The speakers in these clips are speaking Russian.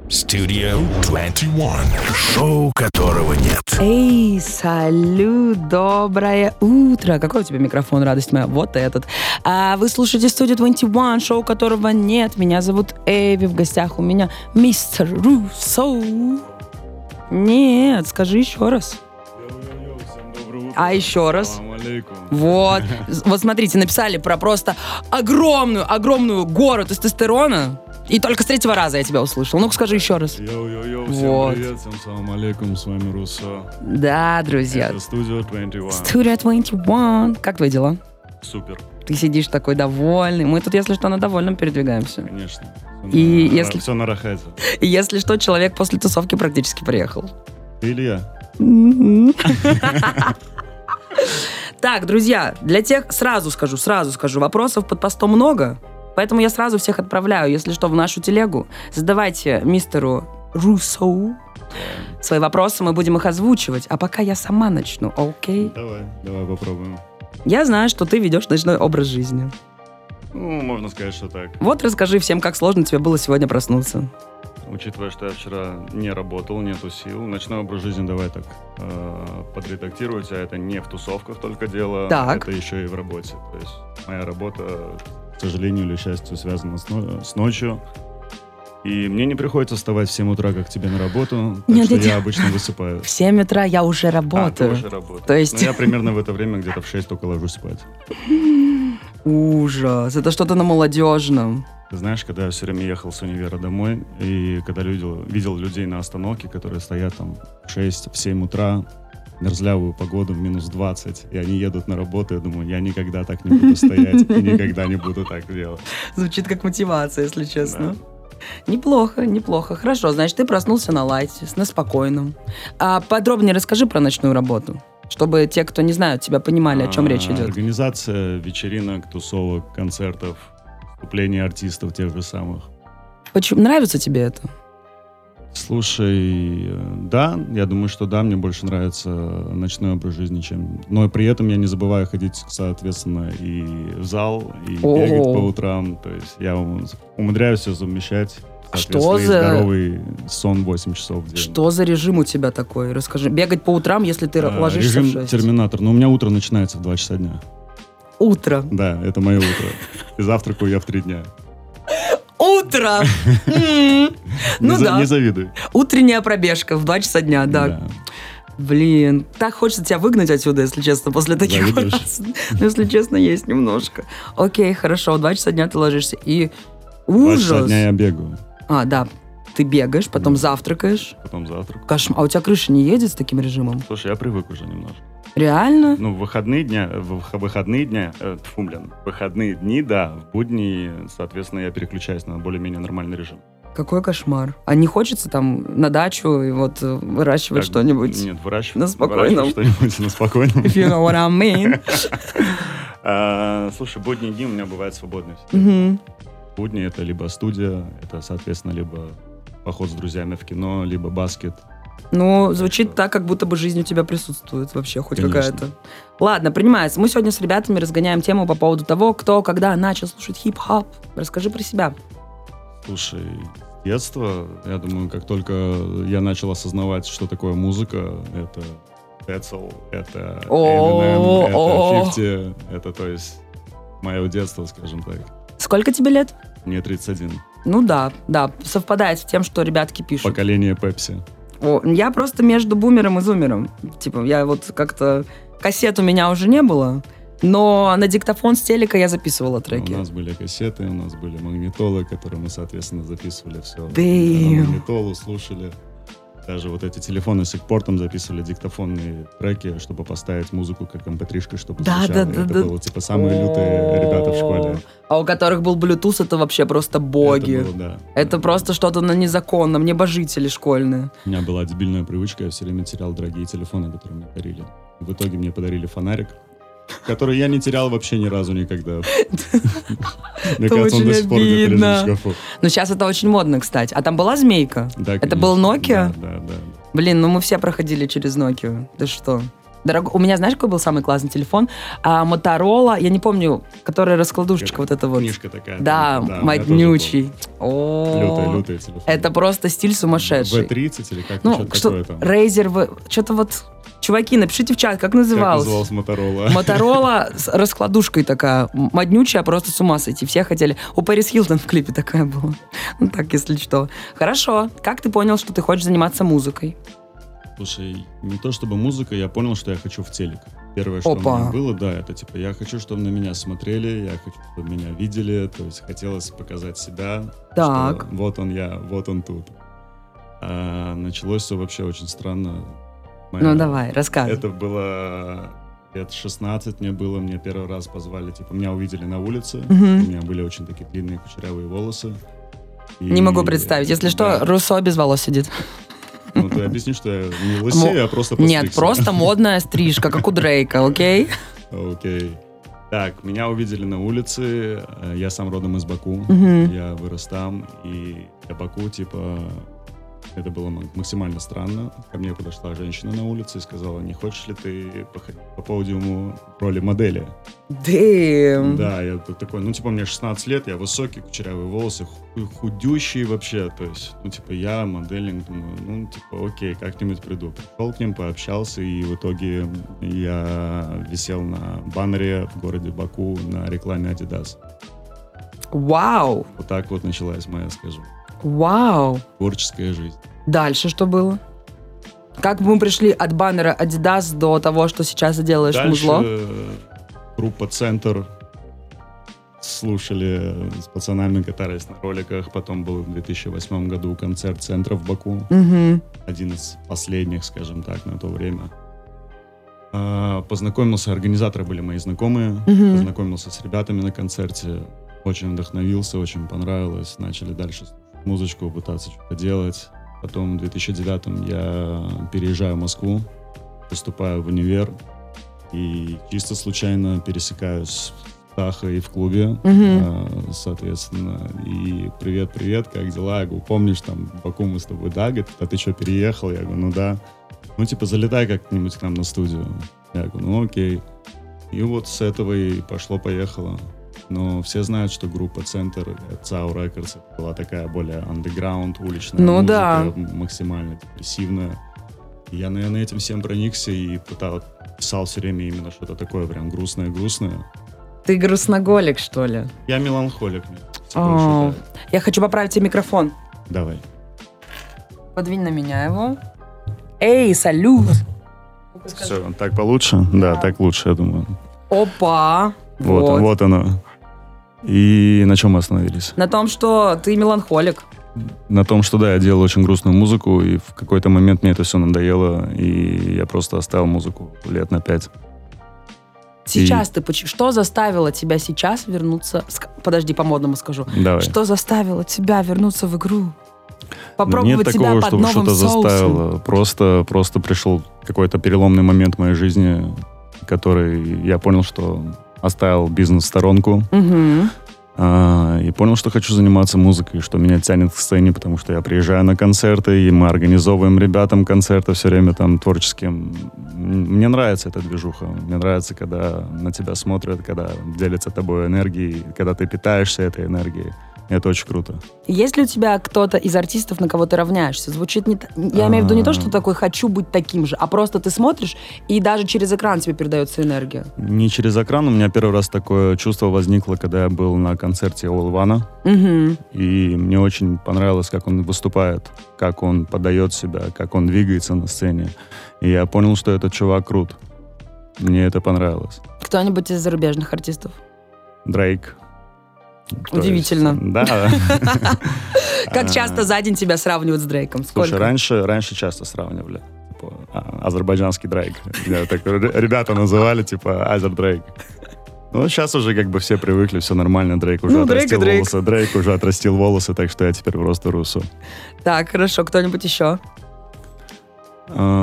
Studio 21. Шоу, которого нет. Эй, салют, доброе утро. Какой у тебя микрофон, радость моя? Вот этот. Вы слушаете Studio 21, шоу, которого нет. Меня зовут Эви, в гостях у меня мистер Руссо. Нет, скажи еще раз. А еще раз. Вот. Вот смотрите, написали про просто огромную гору тестостерона. И только с третьего раза я тебя услышал. Ну-ка, скажи еще раз. Йоу-йоу-йоу, всем Вот. привет, всем салам алейкум, с вами Руссо. Да, друзья. Это Studio 21. Studio 21. Как твои дела? Супер, Ты сидишь такой довольный. Мы тут, если что, на довольном передвигаемся. конечно. И если- Все на рахате. И если что, человек после тусовки практически приехал. Или я. Так, друзья, для тех, сразу скажу, вопросов под постом много, поэтому я сразу всех отправляю, если что, в нашу телегу. Задавайте мистеру Руссо свои вопросы, мы будем их озвучивать. А пока я сама начну, окей? Давай попробуем. Я знаю, что ты ведешь ночной образ жизни. Ну, можно сказать, что так. Вот расскажи всем, как сложно тебе было сегодня проснуться. Учитывая, что я вчера не работал, нету сил, ночной образ жизни давай так подредактирую тебя. Это не в тусовках только дело, Так. это еще и в работе. То есть моя работа, к сожалению или счастью, связана с ночью. И мне не приходится вставать в 7 утра, как тебе на работу, так Нет, что нет, я обычно высыпаюсь. В 7 утра я уже А, ты работаю. уже работаешь. То есть- Ну, я примерно в это время где-то в 6 только ложусь спать. Ужас, это что-то на молодежном. Ты знаешь, когда я все время ехал с универа домой, и когда видел людей на остановке, которые стоят там в 6-7 утра, мерзлявую погоду, в минус 20, и они едут на работу, я думаю, я никогда так не буду стоять и никогда не буду так делать. Звучит как мотивация, если честно. Неплохо. Хорошо, значит, ты проснулся на лайте, на спокойном. А подробнее расскажи про ночную работу, чтобы те, кто не знают тебя, понимали, о чем речь идет. Организация вечеринок, тусовок, концертов, выступлений артистов тех же самых. Почему нравится тебе это? Слушай, да, я думаю, что да, мне больше нравится ночной образ жизни, чем... Но при этом я не забываю ходить, соответственно, и в зал, и бегать по утрам. То есть я умудряюсь все совмещать. Соответственно, и здоровый сон 8 часов в день. Что за режим у тебя такой? Расскажи. Бегать по утрам, если ты ложишься в Режим 6? терминатор. Но у меня утро начинается в 2 часа дня. Утро. Да, это мое утро. И завтракаю я в 3 дня. Утро! Ну да. Не завидуй. Утренняя пробежка в 2 часа дня, да. Блин, так хочется тебя выгнать отсюда, если честно, после таких Завидуешь? фраз. Ну, если честно, есть немножко. Окей, хорошо, в 2 часа дня ты ложишься, и 2 часа ужас. дня я бегаю. А, да, ты бегаешь, потом завтракаешь. Потом завтрак. А у тебя крыша не едет с таким режимом? Слушай, я привык уже немножко. Реально? Ну, в выходные дни, выходные дни, да, в будни, соответственно, я переключаюсь на более-менее нормальный режим. Какой кошмар. А не хочется там на дачу и вот выращивать Как- что-нибудь? Нет, На спокойном. выращивать что-нибудь на спокойном. If you know what I mean. Слушай, будние дни у меня бывают свободные. Мгм. Будни — это либо студия, это, соответственно, либо поход с друзьями в кино, либо баскет. Ну, звучит так, как будто бы жизнь у тебя присутствует вообще, хоть Конечно. какая-то. Ладно, принимается. Мы сегодня с ребятами разгоняем тему по поводу того, кто когда начал слушать хип-хоп. Расскажи про себя. Слушай, с детства, я думаю, как только я начал осознавать, что такое музыка, это Тецл, это Eminem, это 50, это, то есть, мое детство, скажем так. Сколько тебе лет? Мне 31. Ну да, совпадает с тем, что ребятки пишут. Поколение Пепси. Я просто между бумером и зумером. Типа, я вот как-то... Кассет у меня уже не было, но на диктофон с телека я записывала треки. У нас были кассеты, у нас были магнитолы, которые мы, соответственно, записывали все. Damn. На магнитолу слушали. Даже вот эти телефоны с экпортом записывали диктофонные треки, чтобы поставить музыку как mp3-шкой, чтобы Да, звучало. да, Это да. было типа самые лютые ребята в школе. А у которых был Bluetooth, это вообще просто боги. Это было, да. Это просто что-то на незаконном, небожители школьные. У меня была дебильная привычка, я все время терял дорогие телефоны, которые мне дарили. В итоге мне подарили фонарик, который я не терял вообще ни разу никогда. Мне кажется, он до сих пор где-то лежит в шкафу. Но сейчас это очень модно, кстати. А там была змейка? Да, Это конечно. был Nokia? Да. Блин, ну мы все проходили через Nokia. Да что? У меня, знаешь, какой был самый классный телефон? Motorola, я не помню, которая раскладушечка вот эта вот. Книжка такая. Да, моднючий. Лютый телефон. Это просто стиль сумасшедший. V30 или как? Ну, что-то такое там. Razer, что-то вот... Чуваки, напишите в чат, как называлось? Как называлась Motorola? Motorola с раскладушкой такая, моднючая, просто с ума сойти. Все хотели. У Пэрис Хилтон в клипе такая была. Ну так, если что. Хорошо. Как ты понял, что ты хочешь заниматься музыкой? Слушай, не то чтобы музыка, я понял, что я хочу в телек. Первое, что у меня было, да, это типа я хочу, чтобы на меня смотрели, я хочу, чтобы меня видели, то есть хотелось показать себя, так. что вот он я, вот он тут. А началось все вообще очень странно. Ну давай, рассказывай. Это было лет 16 мне первый раз позвали, типа меня увидели на улице, у меня были очень такие длинные кучерявые волосы. Не могу представить, если что, Руссо без волос сидит. Ну, ты объясни, что я не лысею, а просто постригся. Нет, просто модная стрижка, как у Дрейка, окей? Окей. Так, меня увидели на улице, я сам родом из Баку, я вырос там, и для Баку, типа, это было максимально странно. Ко мне подошла женщина на улице и сказала, не хочешь ли ты походить по подиуму в роли модели? Damn. Да, я такой, ну, типа, мне 16 лет, я высокий, кучерявые волосы, худющий вообще, то есть, ну, типа, я моделинг, думаю, ну, типа, окей, как-нибудь приду. Пришел к ним, пообщался, и в итоге я висел на баннере в городе Баку на рекламе Adidas. Вау! Вот так вот началась моя, скажем, творческая жизнь. Дальше что было? Как мы пришли от баннера Adidas до того, что сейчас ты делаешь музло? Дальше группа «Центр». Слушали с пацанами, катались на роликах. Потом был в 2008 году концерт «Центра» в Баку. Один из последних, скажем так, на то время. Познакомился, организаторы были мои знакомые. Познакомился с ребятами на концерте. Очень вдохновился, очень понравилось. Начали дальше музычку пытаться что-то делать. Потом в 2009 я переезжаю в Москву, поступаю в универ и чисто случайно пересекаюсь с Тахой в клубе, соответственно. И привет, как дела? Я говорю, помнишь, там в Баку мы с тобой, да? Говорит, а ты что, переехал? Я говорю, ну да. Ну типа залетай как-нибудь к нам на студию. Я говорю, ну окей. И вот с этого и пошло-поехало. Но все знают, что группа «Центр», ЦАУ Records, была такая более андеграунд, уличная музыка, максимально депрессивная. И я, наверное, этим всем проникся и писал все время именно что-то такое прям грустное-грустное. Ты грустноголик, что ли? Я меланхолик. Я хочу поправить тебе микрофон. Давай. Подвинь на меня его. Эй, салют! Все, так получше? Да, так лучше, я думаю. Опа! Вот оно. И на чем мы остановились? На том, что ты меланхолик. На том, что да, я делал очень грустную музыку, и в какой-то момент мне это все надоело, и я просто оставил музыку лет на 5. Сейчас что заставило тебя сейчас вернуться... Подожди, по-модному скажу. Давай. Что заставило тебя вернуться в игру? Попробовать нет себя такого, под чтобы новым что-то соусом. заставило. Просто пришел какой-то переломный момент в моей жизни, который я понял, что оставил бизнес в сторонку. И понял, что хочу заниматься музыкой, что меня тянет к сцене, потому что я приезжаю на концерты, и мы организовываем ребятам концерты все время там творческим. Мне нравится эта движуха. Мне нравится, когда на тебя смотрят, когда делятся тобой энергией, когда ты питаешься этой энергией. Это очень круто. Есть ли у тебя кто-то из артистов, на кого ты равняешься? Звучит не... Я имею в виду не то, что такой «хочу быть таким же», а просто ты смотришь, и даже через экран тебе передается энергия. Не через экран. У меня первый раз такое чувство возникло, когда я был на концерте Олвана. И мне очень понравилось, как он выступает, как он подает себя, как он двигается на сцене. И я понял, что этот чувак крут. Мне это понравилось. Кто-нибудь из зарубежных артистов? Дрейк. Удивительно. Да. Как часто за день тебя сравнивают с Дрейком? Сколько? Слушай, раньше часто сравнивали. Типа, азербайджанский Дрейк. Ребята называли, типа, Азер Дрейк. Ну, сейчас уже как бы все привыкли, все нормально. Дрейк уже отрастил волосы. Дрейк уже отрастил волосы, так что я теперь просто Руссо. Так, хорошо. Кто-нибудь еще?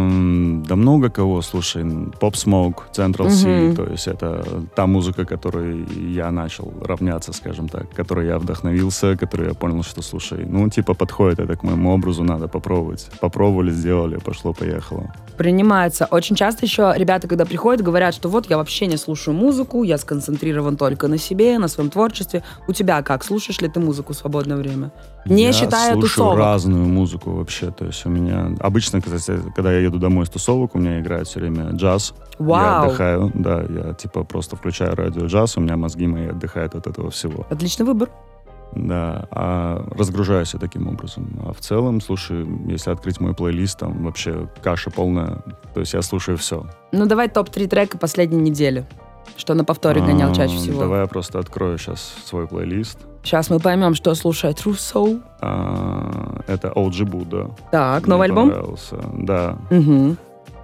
Да много кого, слушай. Pop Smoke, Central C, то есть это та музыка, которой я начал равняться, скажем так, которой я вдохновился, которой я понял, что, слушай, ну, типа, подходит это к моему образу, надо попробовать. Попробовали, сделали, пошло-поехало. Принимается. Очень часто еще ребята, когда приходят, говорят, что вот я вообще не слушаю музыку, я сконцентрирован только на себе, на своем творчестве. У тебя как? Слушаешь ли ты музыку в свободное время? Не считая тусовок. Я слушаю разную музыку вообще. То есть у меня... Обычно, когда я еду домой с тусовок, у меня играет все время джаз. Вау. Я отдыхаю, да. Я типа просто включаю радио джаз, у меня мозги мои отдыхают от этого всего. Отличный выбор. Да, разгружаюсь я таким образом. А в целом, слушай, если открыть мой плейлист, там вообще каша полная. То есть я слушаю все. Ну, давай топ-3 трека последней недели. Что на повторе гонял чаще всего? Давай я просто открою сейчас свой плейлист. Сейчас мы поймем, что слушает Руссо. Это OG Buddha. Так, новый альбом? Понравился, да. Угу.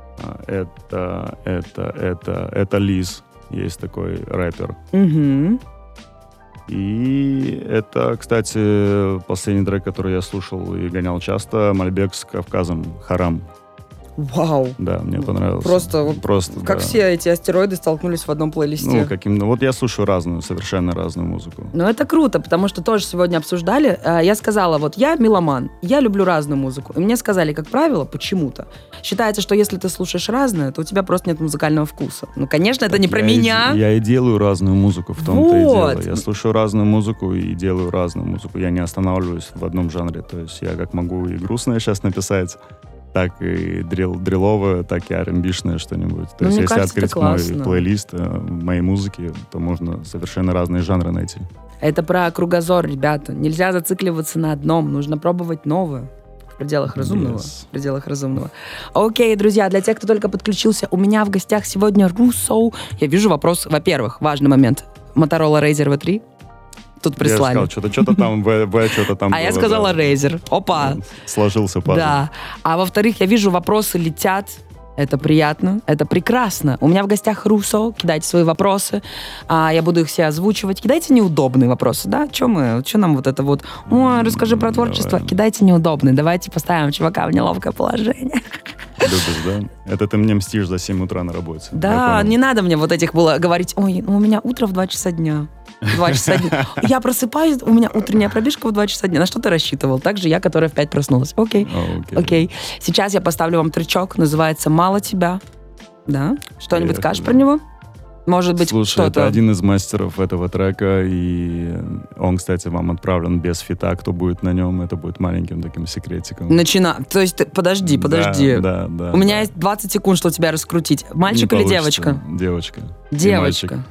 Это Лиз, есть такой рэпер. Угу. И это, кстати, последний трек, который я слушал и гонял часто, Мальбек с Кавказом, Харам. Вау. Да, мне понравился. Просто как да. все эти астероиды столкнулись в одном плейлисте. Вот я слушаю совершенно разную музыку. Ну, это круто, потому что тоже сегодня обсуждали. Я сказала, вот я меломан, я люблю разную музыку. И мне сказали, как правило, почему-то. Считается, что если ты слушаешь разное, то у тебя просто нет музыкального вкуса. Ну, конечно, это не про меня. Я и делаю разную музыку, в том-то и дело. Я слушаю разную музыку и делаю разную музыку. Я не останавливаюсь в одном жанре. То есть я как могу и грустное сейчас написать, так и дреловое, так и R&B-шное что-нибудь. То есть, если открыть мой плейлист моей музыки, то можно совершенно разные жанры найти. Это про кругозор, ребята. Нельзя зацикливаться на одном. Нужно пробовать новое. В пределах разумного. Yes. В пределах разумного. Окей, друзья, для тех, кто только подключился, у меня в гостях сегодня Руссо. Я вижу вопрос. Во-первых, важный момент. Motorola Razr V3. Тут прислали. Я сказал, что-то там, что-то там. А я сказала Razer. Опа. Сложился пазл. Да. А во-вторых, я вижу, вопросы летят. Это приятно, это прекрасно. У меня в гостях Руссо. Кидайте свои вопросы. Я буду их все озвучивать. Кидайте неудобные вопросы, да? Че нам вот это вот? Ой, расскажи про творчество. Давай. Кидайте неудобные. Давайте поставим чувака в неловкое положение. Любишь, да? Это ты мне мстишь за 7 утра на работе. Да, не надо мне вот этих было говорить. Ой, у меня утро в 2 часа дня. 2 часа дня. Я просыпаюсь, у меня утренняя пробежка в 2 часа дня. На что ты рассчитывал? Также я, которая в 5 проснулась. Окей. Сейчас я поставлю вам тречок, называется «Мало тебя». Да? Что-нибудь скажешь про него? Может быть, слушай, что-то... это один из мастеров этого трека, и он, кстати, вам отправлен без фита. Кто будет на нем, это будет маленьким таким секретиком. То есть, подожди. Да. У меня есть 20 секунд, чтобы тебя раскрутить. Мальчик или девочка? Девочка. Девочка.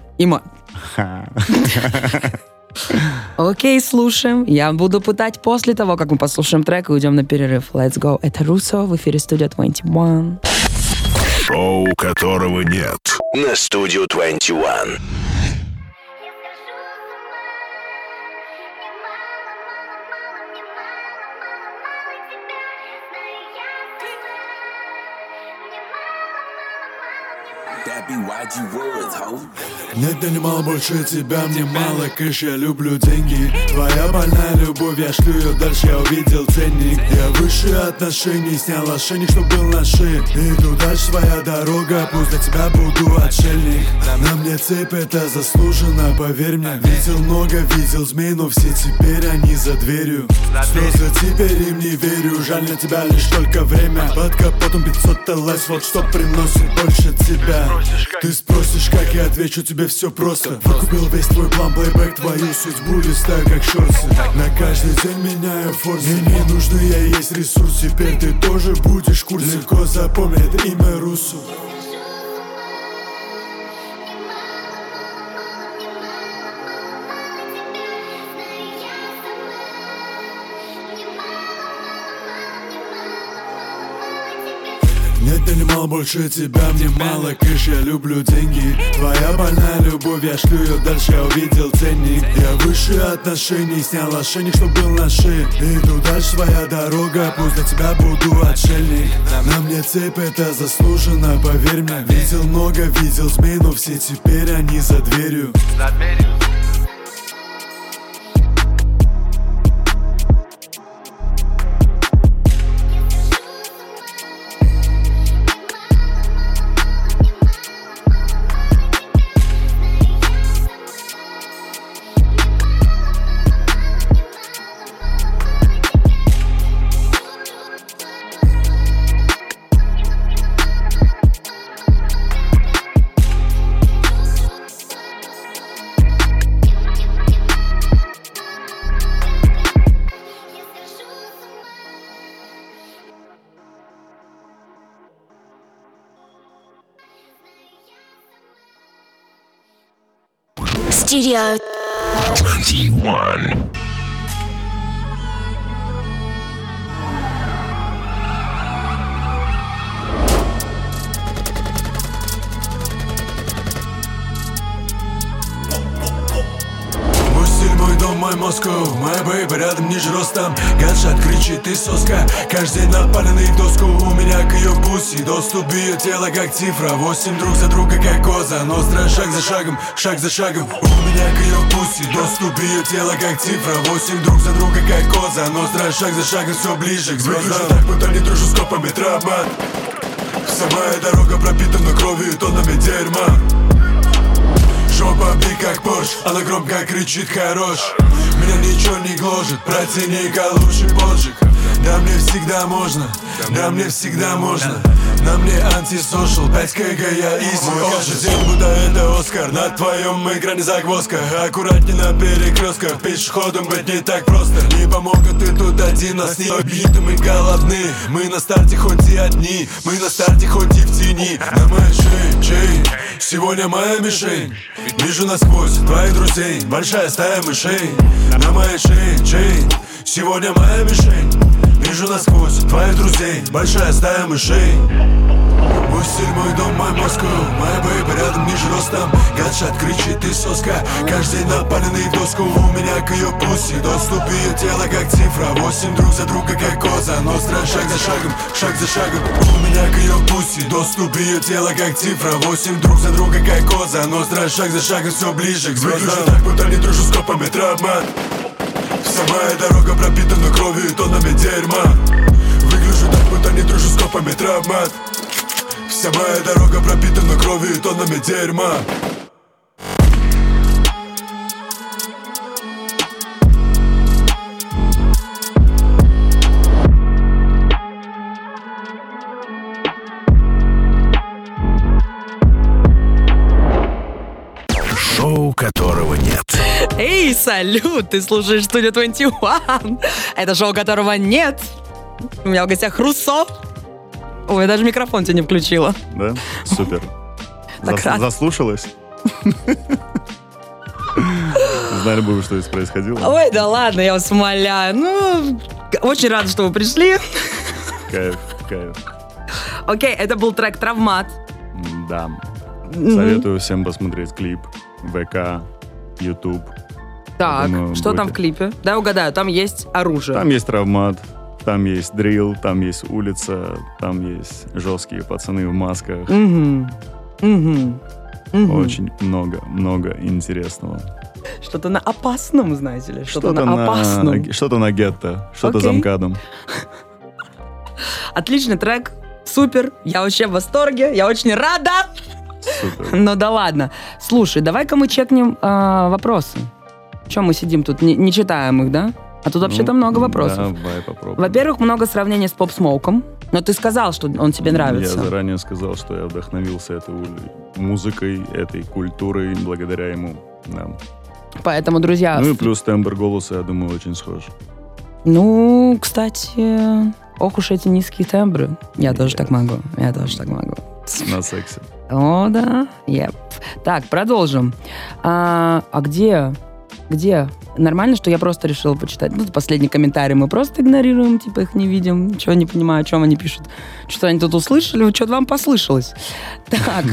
Окей, слушаем. Я буду пытать после того, как мы послушаем трек и уйдем на перерыв. Let's go. Это Руссо в эфире Studio 21. Шоу, которого нет. На Studio 21. Нет, я не мало больше тебя, мне мало кэш, я люблю деньги. Твоя больная любовь, я шлю ее дальше, я увидел ценник. Я выше отношений, снял ошейник, чтоб был на шее. Иду дальше, своя дорога, пусть для тебя буду отшельник. На мне цепь, это заслуженно, поверь мне. Видел много, видел змей, но все теперь они за дверью. Слезы теперь им не верю, жаль на тебя лишь только время. Под капотом 500 ЛС, вот что приносит больше тебя. Ты спросишь, как я отвечу, тебе все просто. Выкупил весь твой план, плейбэк, твою судьбу листаю как шорсы. На каждый день меняю форсы. Мне не нужны, я есть ресурс. Теперь ты тоже будешь в курсе. Легко запомнит имя Руссо. Нет, я не мало больше тебя, мне мало кэш, я люблю деньги. Твоя больная любовь, я шлю ее дальше, я увидел ценник. Я выше отношений, снял ошейник, чтоб был на шее. Иду дальше, своя дорога, пусть для тебя буду отшельник. На мне цепь, это заслуженно, поверь мне. Видел много, видел змей, но все теперь они за дверью. теряют. 21. Мой стиль, мой дом, мой Москва, моя бэйба рядом ниже ростом. Ганшот кричит, ты соска, каждый день напаленный в доску. У меня к ее пуси, доступ ее тела как цифра. 8 друг за друга как коза, ностра шаг за шагом, шаг за шагом. У меня к ее пуси, доступ ее тела как цифра. 8 друг за друга как коза, ностра шаг за шагом, все ближе к звездам. Выгляжу так, будто не дружу с копами, травма. Вся моя дорога пропитана кровью и тоннами дерьма. Жопа бей как Порш, она громко кричит хорош. Меня ничего не гложет, протяни-ка лучший поджиг. Да мне всегда можно, да мне всегда можно. На мне антисошал, 5 кг я изи. Каждый день будто это Оскар, на твоем экране загвоздка. Аккуратней на перекрестках, пешеходом быть не так просто. Не помогут ты тут один, нас не обидит, мы голодны. Мы на старте хоть и одни, мы на старте хоть и в тени. На моей шее, чей, сегодня моя мишень. Вижу насквозь твоих друзей, большая стая мышей. На моей шее, чей, сегодня моя мишень. Вижу насквозь твоих друзей, большая стая мышей. Мой стиль, мой дом, мой Москва, моя бэйба рядом ниже ростом. Ганшот кричит, ты соска, каждый день напаленный в доску. У меня к ее пуси, доступ ее тела как цифра. 8 друг за друга как коза, ностра шаг за шагом, шаг за шагом. У меня к ее пуси, доступ ее тела как цифра. 8 друг за друга как коза, ностра шаг за шагом, все ближе к звездам. Выгляжу так, будто не дружу с копами, травма. Вся моя дорога пропитана кровью и тоннами дерьма. Выгляжу так, будто не дружу с копами, травма. Вся моя дорога пропитана кровью и тоннами дерьма. Шоу, которого нет. Эй, салют! Ты слушаешь Studio 21. Это шоу, которого нет. У меня в гостях Руссо. Ой, я даже микрофон тебе не включила. Да? Супер. Так рад. Заслушалась? Знали бы вы, что здесь происходило? Ой, да ладно, я вас умоляю. Ну, очень рада, что вы пришли. Кайф, кайф. Окей, это был трек «Травмат». Да. Советую всем посмотреть клип. ВК, YouTube. Так, думаю, что там в будет. клипе? Дай угадаю, там есть оружие. Там есть травмат, там есть дрил, там есть улица, там есть жесткие пацаны в масках. Очень много интересного. Что-то на опасном, знаете ли? Что-то на опасном. Что-то на гетто, что-то Окей. за МКАДом. Отличный трек, супер, я вообще в восторге, я очень рада. Супер. Ну да ладно. Слушай, давай-ка мы чекнем вопросы. Чем мы сидим тут, не читаем их, да? А тут вообще-то много вопросов. Давай попробуем. Во-первых, много сравнений с Поп Смоуком. Но ты сказал, что он тебе нравится. Я заранее сказал, что я вдохновился этой музыкой, этой культурой благодаря ему. Да. Поэтому, друзья... Ну и плюс тембр голоса, я думаю, очень схож. Ну, кстати, ох уж эти низкие тембры. Я тоже так могу. Я тоже так могу. На сексе. О, да. Yep. Так, продолжим. А где? Где? Нормально, что я просто решила почитать. Ну, последний комментарий мы просто игнорируем, типа их не видим. Ничего не понимаю, о чем они пишут. Что они тут услышали? Что-то вам послышалось. Так.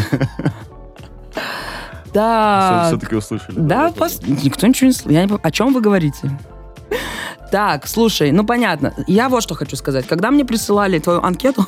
Да. Все-таки услышали. Да, никто ничего не слышал. О чем вы говорите? Так, слушай, ну понятно. Я вот что хочу сказать. Когда мне присылали твою анкету,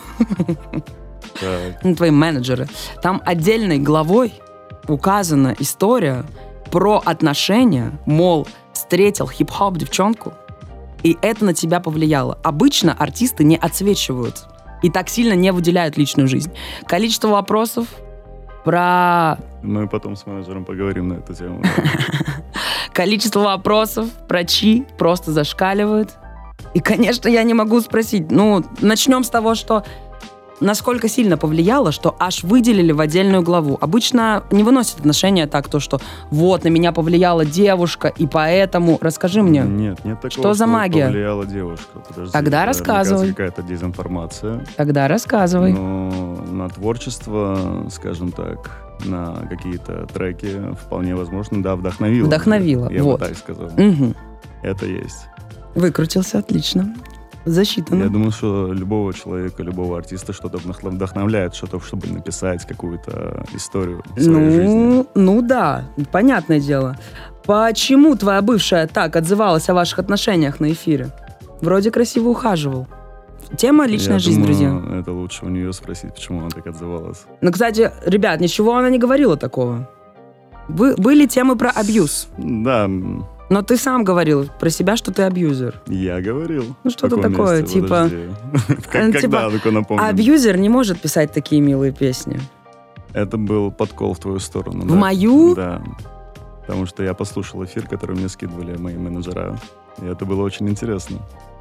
твои менеджеры, там отдельной главой указана история про отношения, мол, встретил хип-хоп девчонку, и это на тебя повлияло. Обычно артисты не отсвечивают и так сильно не выделяют личную жизнь. Количество вопросов про... Мы потом с менеджером поговорим на эту тему. Количество вопросов про Чи просто зашкаливает. И, конечно, я не могу спросить. Ну, начнем с того, что насколько сильно повлияло, что аж выделили в отдельную главу. Обычно не выносят отношения так, то, что вот, на меня повлияла девушка, и поэтому... Расскажи мне. Нет такого, что за магия? Повлияла девушка. Подожди, Тогда рассказывай. Какая-то дезинформация. Тогда рассказывай. Но на творчество, скажем так, на какие-то треки, вполне возможно, да, вдохновило. Вдохновило, Я вот. бы так сказал. Мгм. Это есть. Выкрутился, отлично. Засчитано. Я думаю, что любого человека, любого артиста что-то вдохновляет, что-то, чтобы написать какую-то историю своей жизни. Ну да, понятное дело. Почему твоя бывшая так отзывалась о ваших отношениях на эфире? Вроде красиво ухаживал. Тема личная Я жизнь, думаю, друзья. это лучше у нее спросить, почему она так отзывалась. Ну, кстати, ребят, ничего она не говорила такого. Были темы про абьюз. Да, Но ты сам говорил про себя, что ты абьюзер. я говорил. Ну, что-то В каком такое, месте? типа... Подожди. Когда, типа, только напомню. Абьюзер не может писать такие милые песни. Это был подкол в твою сторону. В мою? Да. Потому что я послушал эфир, который мне скидывали мои менеджера. И это было очень интересно.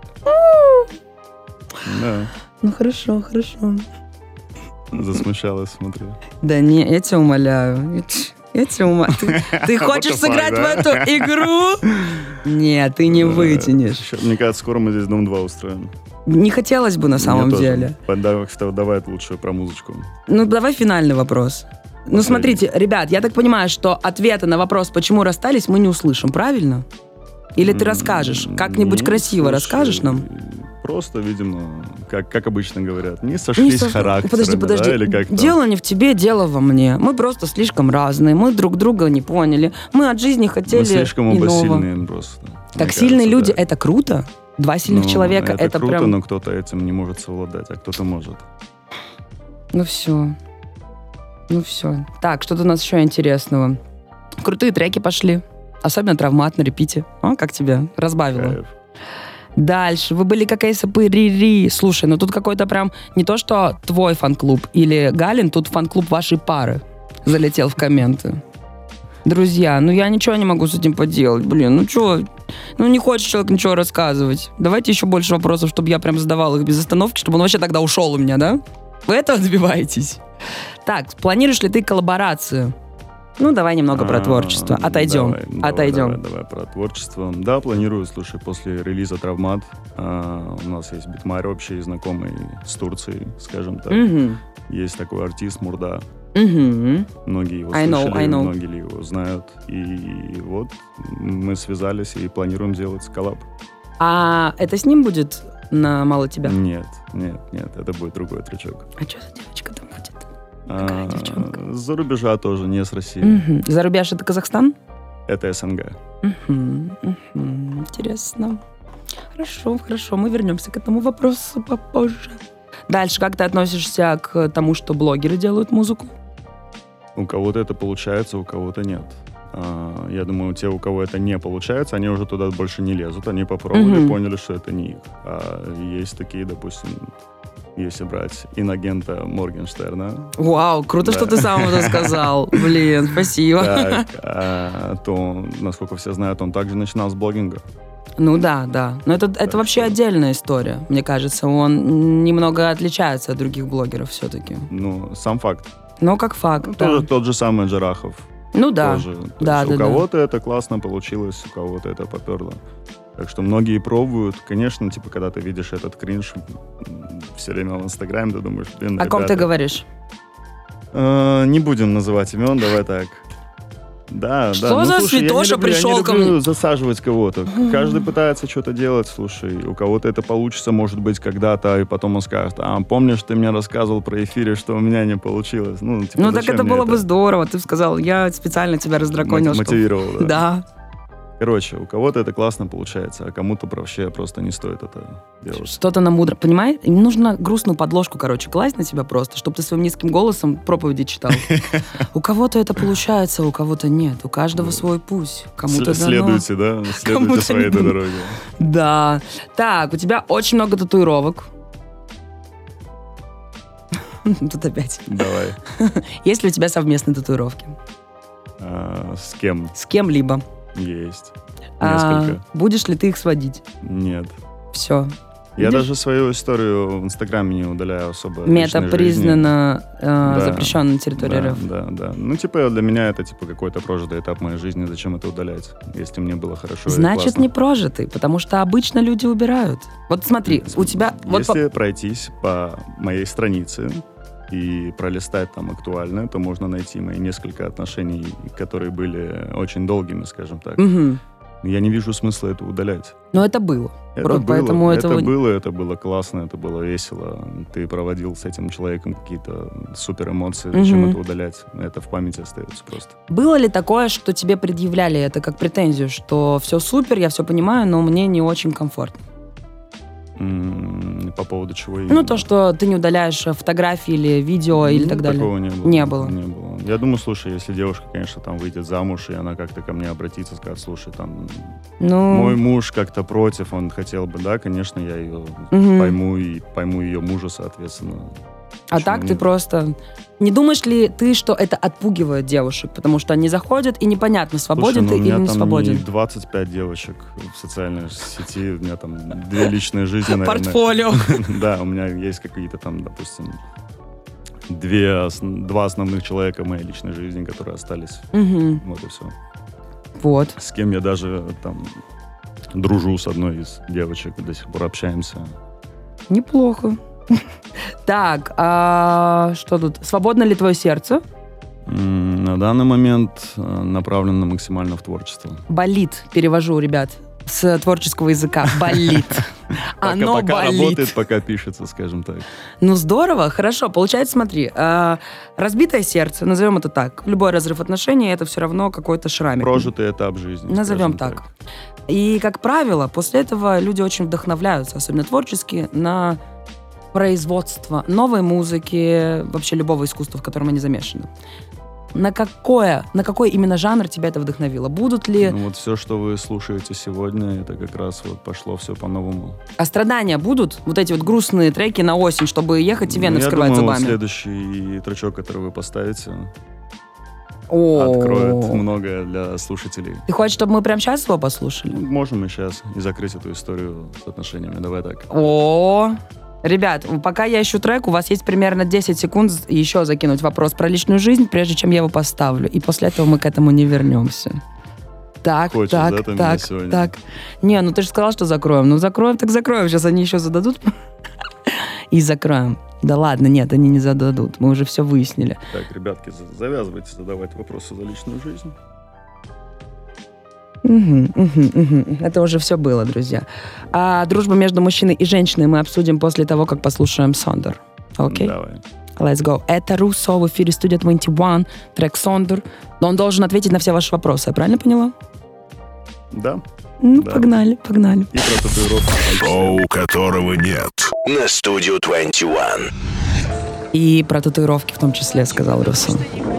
Да. Ну, хорошо. Засмущалась, смотри. Да не, я тебя умоляю. Я тебя умоляю. Ты хочешь What the fuck, сыграть да? в эту игру? Нет, ты не вытянешь. Мне кажется, скоро мы здесь Дом 2 устроим. Не хотелось бы на самом Мне тоже. деле. Давай лучше про музычку. Ну, давай финальный вопрос. Ну, Последний. смотрите, ребят, я так понимаю, что ответа на вопрос, почему расстались, мы не услышим, правильно? Или ты расскажешь? Как-нибудь Нет, красиво слушай, расскажешь нам? Просто, видимо, как обычно говорят, не сошлись характерами. Подожди. Да, или как-то. Дело не в тебе, дело во мне. Мы просто слишком разные, мы друг друга не поняли. Мы от жизни хотели Мы слишком оба иного. сильные просто. Так мне сильные кажется, люди, да. это круто? Два сильных Ну, человека, это круто, прям... но кто-то этим не может совладать, а кто-то может. Ну все. Так, что-то у нас еще интересного. Крутые треки пошли. Особенно Травмат на репите. Как тебе? Разбавило. Кайф. Дальше. Вы были как Эйсапы Рири. Слушай, ну тут какой-то прям не то, что твой фан-клуб или Галин, тут фан-клуб вашей пары залетел в комменты. Друзья, ну я ничего не могу с этим поделать. Блин, ну что? Ну не хочет человек ничего рассказывать. Давайте еще больше вопросов, чтобы я прям задавал их без остановки, чтобы он вообще тогда ушел у меня, да? Вы этого добиваетесь? Так, планируешь ли ты коллаборацию? Ну, давай немного про творчество. Отойдем. Давай про творчество. Да, планирую, слушай, после релиза «Травмат» у нас есть битмарь общий, знакомый с Турцией, скажем так. Угу. Есть такой артист Мурда. Угу. Многие его I слышали, know. многие ли его знают. И вот мы связались и планируем делать коллаб. А это с ним будет на «Мало тебя»? Нет, это будет другой тречок. А что за девочка там будет? Какая девчонка? С-за рубежа тоже, не с России. Угу. За рубеж это Казахстан? Это СНГ. Интересно. Хорошо. Мы вернемся к этому вопросу попозже. Дальше, как ты относишься к тому, что блогеры делают музыку? У кого-то это получается, у кого-то нет. Я думаю, те, у кого это не получается, они уже туда больше не лезут. Они попробовали, поняли, что это не их. А есть такие, допустим, если брать инагента Моргенштерна. Вау, круто, что ты сам это сказал. Блин, спасибо. Так, то, насколько все знают, он также начинал с блогинга. Ну да. Но это вообще отдельная история. Мне кажется, он немного отличается от других блогеров все-таки. Ну, сам факт. Ну, как факт, да. Тоже тот же самый Джарахов. Ну да. Тоже. Да. У кого-то это классно получилось, у кого-то это поперло. Так что многие пробуют. Конечно, типа, когда ты видишь этот кринж все время в Инстаграме, ты думаешь, блин, О ком ты говоришь? Не будем называть имен, давай так. Да. Что за слушай, святоша пришел ко мне? Засаживать кого-то. Каждый пытается что-то делать, слушай. У кого-то это получится, может быть, когда-то, и потом он скажет, помнишь, ты мне рассказывал про эфире, что у меня не получилось? Ну, так это было бы здорово. Ты сказал, я специально тебя раздраконил. Мотивировал, да. Короче, у кого-то это классно получается, а кому-то вообще просто не стоит это делать. Что-то на мудро. Понимаешь? Им нужно грустную подложку, класть на тебя просто, чтобы ты своим низким голосом проповеди читал. У кого-то это получается, у кого-то нет. У каждого свой путь. Кому-то Следуйте, да? Следуйте своей дороге. Да. Так, у тебя очень много татуировок. Тут опять. Давай. Есть ли у тебя совместные татуировки? С кем? С кем-либо. Есть. Несколько. Будешь ли ты их сводить? Нет. Все. Я даже свою историю в Инстаграме не удаляю особо. Мета признана запрещенной на территории РФ. Да. Ну, типа, для меня это какой-то прожитый этап моей жизни. Зачем это удалять, если мне было хорошо? Значит, не прожитый, потому что обычно люди убирают. Вот смотри, у тебя... Если пройтись по моей странице, и пролистать там актуальное, то можно найти мои несколько отношений, которые были очень долгими, скажем так. Я не вижу смысла это удалять. Но это было. Поэтому это было классно, это было весело. Ты проводил с этим человеком какие-то супер эмоции. Зачем это удалять? Это в памяти остается просто. Было ли такое, что тебе предъявляли это как претензию, что все супер, я все понимаю, но мне не очень комфортно? По поводу чего? Ну, то, что ты не удаляешь фотографии или видео или так далее. Такого не было. Не было. Я думаю, слушай, если девушка, конечно, там выйдет замуж, и она как-то ко мне обратится, скажет, слушай, там, мой муж как-то против, он хотел бы, да, конечно, я ее пойму и пойму ее мужа, соответственно. А так ты просто... Не думаешь ли ты, что это отпугивает девушек? Потому что они заходят, и непонятно, свободен ты или не свободен. У меня там 25 девочек в социальной сети, у меня там 2 личные жизни, наверное. Портфолио. Да, у меня есть какие-то там, допустим, 2 основных человека в моей личной жизни, которые остались. Вот и все. Вот. С кем я даже там дружу с одной из девочек, до сих пор общаемся. Неплохо. Так, а что тут? Свободно ли твое сердце? На данный момент направлено максимально в творчество. Болит, перевожу, ребят, с творческого языка. Болит. Оно пока болит. Работает, пока пишется, скажем так. Ну, здорово, хорошо. Получается, смотри, разбитое сердце, назовем это так. Любой разрыв отношений — это все равно какой-то шрамик. Прожитый этап жизни. Назовем так. И, как правило, после этого люди очень вдохновляются, особенно творчески, на производство новой музыки, вообще любого искусства, в котором они замешаны. На какой именно жанр тебя это вдохновило? Будут ли... Ну вот все, что вы слушаете сегодня, это как раз вот пошло все по-новому. А страдания будут? Вот эти вот грустные треки на осень, чтобы ехать и вены вскрывать зубами? Я думаю, следующий тречок, который вы поставите, откроет многое для слушателей. Ты хочешь, чтобы мы прямо сейчас его послушали? Можем и сейчас, и закрыть эту историю с отношениями. Давай так. Ребят, пока я ищу трек, у вас есть примерно 10 секунд еще закинуть вопрос про личную жизнь, прежде чем я его поставлю. И после этого мы к этому не вернемся. Так. Не, ну ты же сказал, что закроем. Ну закроем, так закроем. Сейчас они еще зададут. И закроем. Да ладно, нет, они не зададут. Мы уже все выяснили. Так, ребятки, завязывайте задавать вопросы за личную жизнь. Это уже все было, друзья. А дружбу между мужчиной и женщиной мы обсудим после того, как послушаем Сондер. Окей? Давай. Let's go. Это Руссо в эфире Studio 21, трек Сондер. Он должен ответить на все ваши вопросы, я правильно поняла? Да. Да. Погнали. И про татуировку. Шоу, которого нет. На Studio 21. И про татуировки в том числе, сказал Руссо.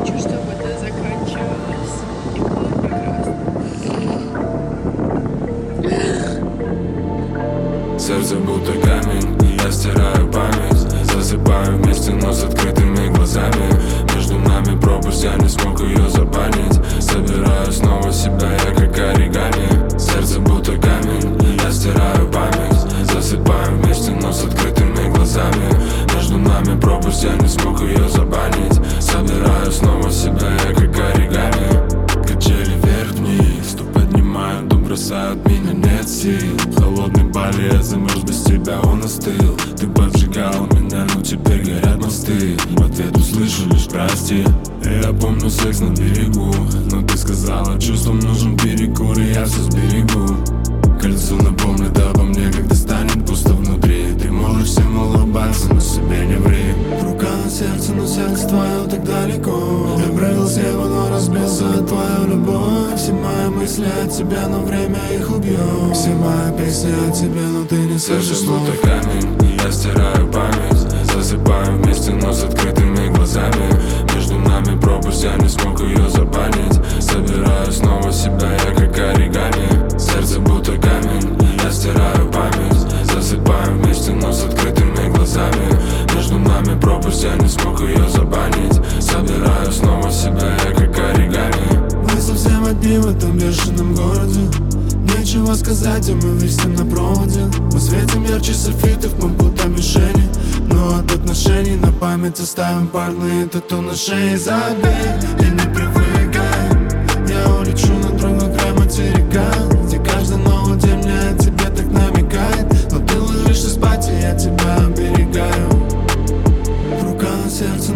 Сердце будто камень, я стираю память. Засыпаю вместе, но с открытыми глазами. Между нами пропасть, я не смог ее забанить. Собираю снова себя, я как оригами. Сердце будто камень, я стираю память. Засыпаю вместе, но с открытыми глазами. Между нами пропасть, я не смог ее забанить. Собираю снова себя, я как оригами. Качели вверх-вниз, то поднимают, то бросают, меня нет сил. Холодный бар, я замерз, без тебя он остыл. Ты поджигал меня, но теперь горят мосты. В ответ услышу лишь прости. Я помню секс на берегу, но ты сказала, чувствам нужен перекур, и я все сберегу. Кольцо напомнит обо мне, когда станет пусто внутри. Ты можешь всем улыбаться, но себе не ври. Рука на сердце, но сердце твое так далеко. Я брал с неба, но разбился твою любовь. Все мои мысли от тебя, но время их убьет. Все мои песни от тебя, но ты не слышишь слов. Будто камень, я стираю память. Засыпаю вместе, но с открытыми глазами. Между нами пропасть, я не смог ее забанить. Собираю снова себя, я как оригами. Сердце будто камень, я стираю память. Засыпаю вместе, но с открытыми глазами. Между нами пропасть, я не смог ее забанить. Собираю снова себя, я как оригами. Мы совсем одни в этом бешеном городе. Нечего сказать, а мы висим на проводе. Мы светим ярче софитов, мы будто мишени. Но от отношений на память оставим парные тату на шее. Забей и не привыкай. Я улечу на другой край материка, где каждый новый день мне о тебе так намекает. Но ты ложишься спать, и я тебя оберегаю. Рука на сердце,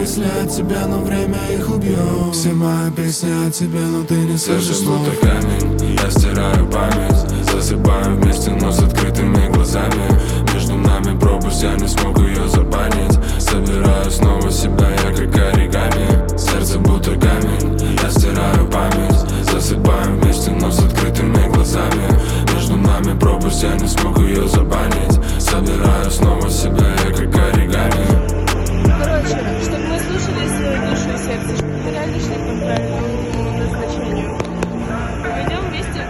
мысли о тебе, но время их убьет. Все мои песни о тебе, но ты не слышишь Сердце слов. будто камень, я стираю память. Засыпаем вместе, но с открытыми глазами. Между нами пропасть, я не смог ее забанить. Собираю снова себя, я как оригами. Сердце будто камень, я стираю память. Засыпаем вместе, но с открытыми глазами. Между нами пропасть, я не смог ее забанить. Собираю снова себя, я как оригами. Короче, чтобы мы слушали душу и сердце, чтобы мы реально шли по правильному назначению. Пойдем вместе.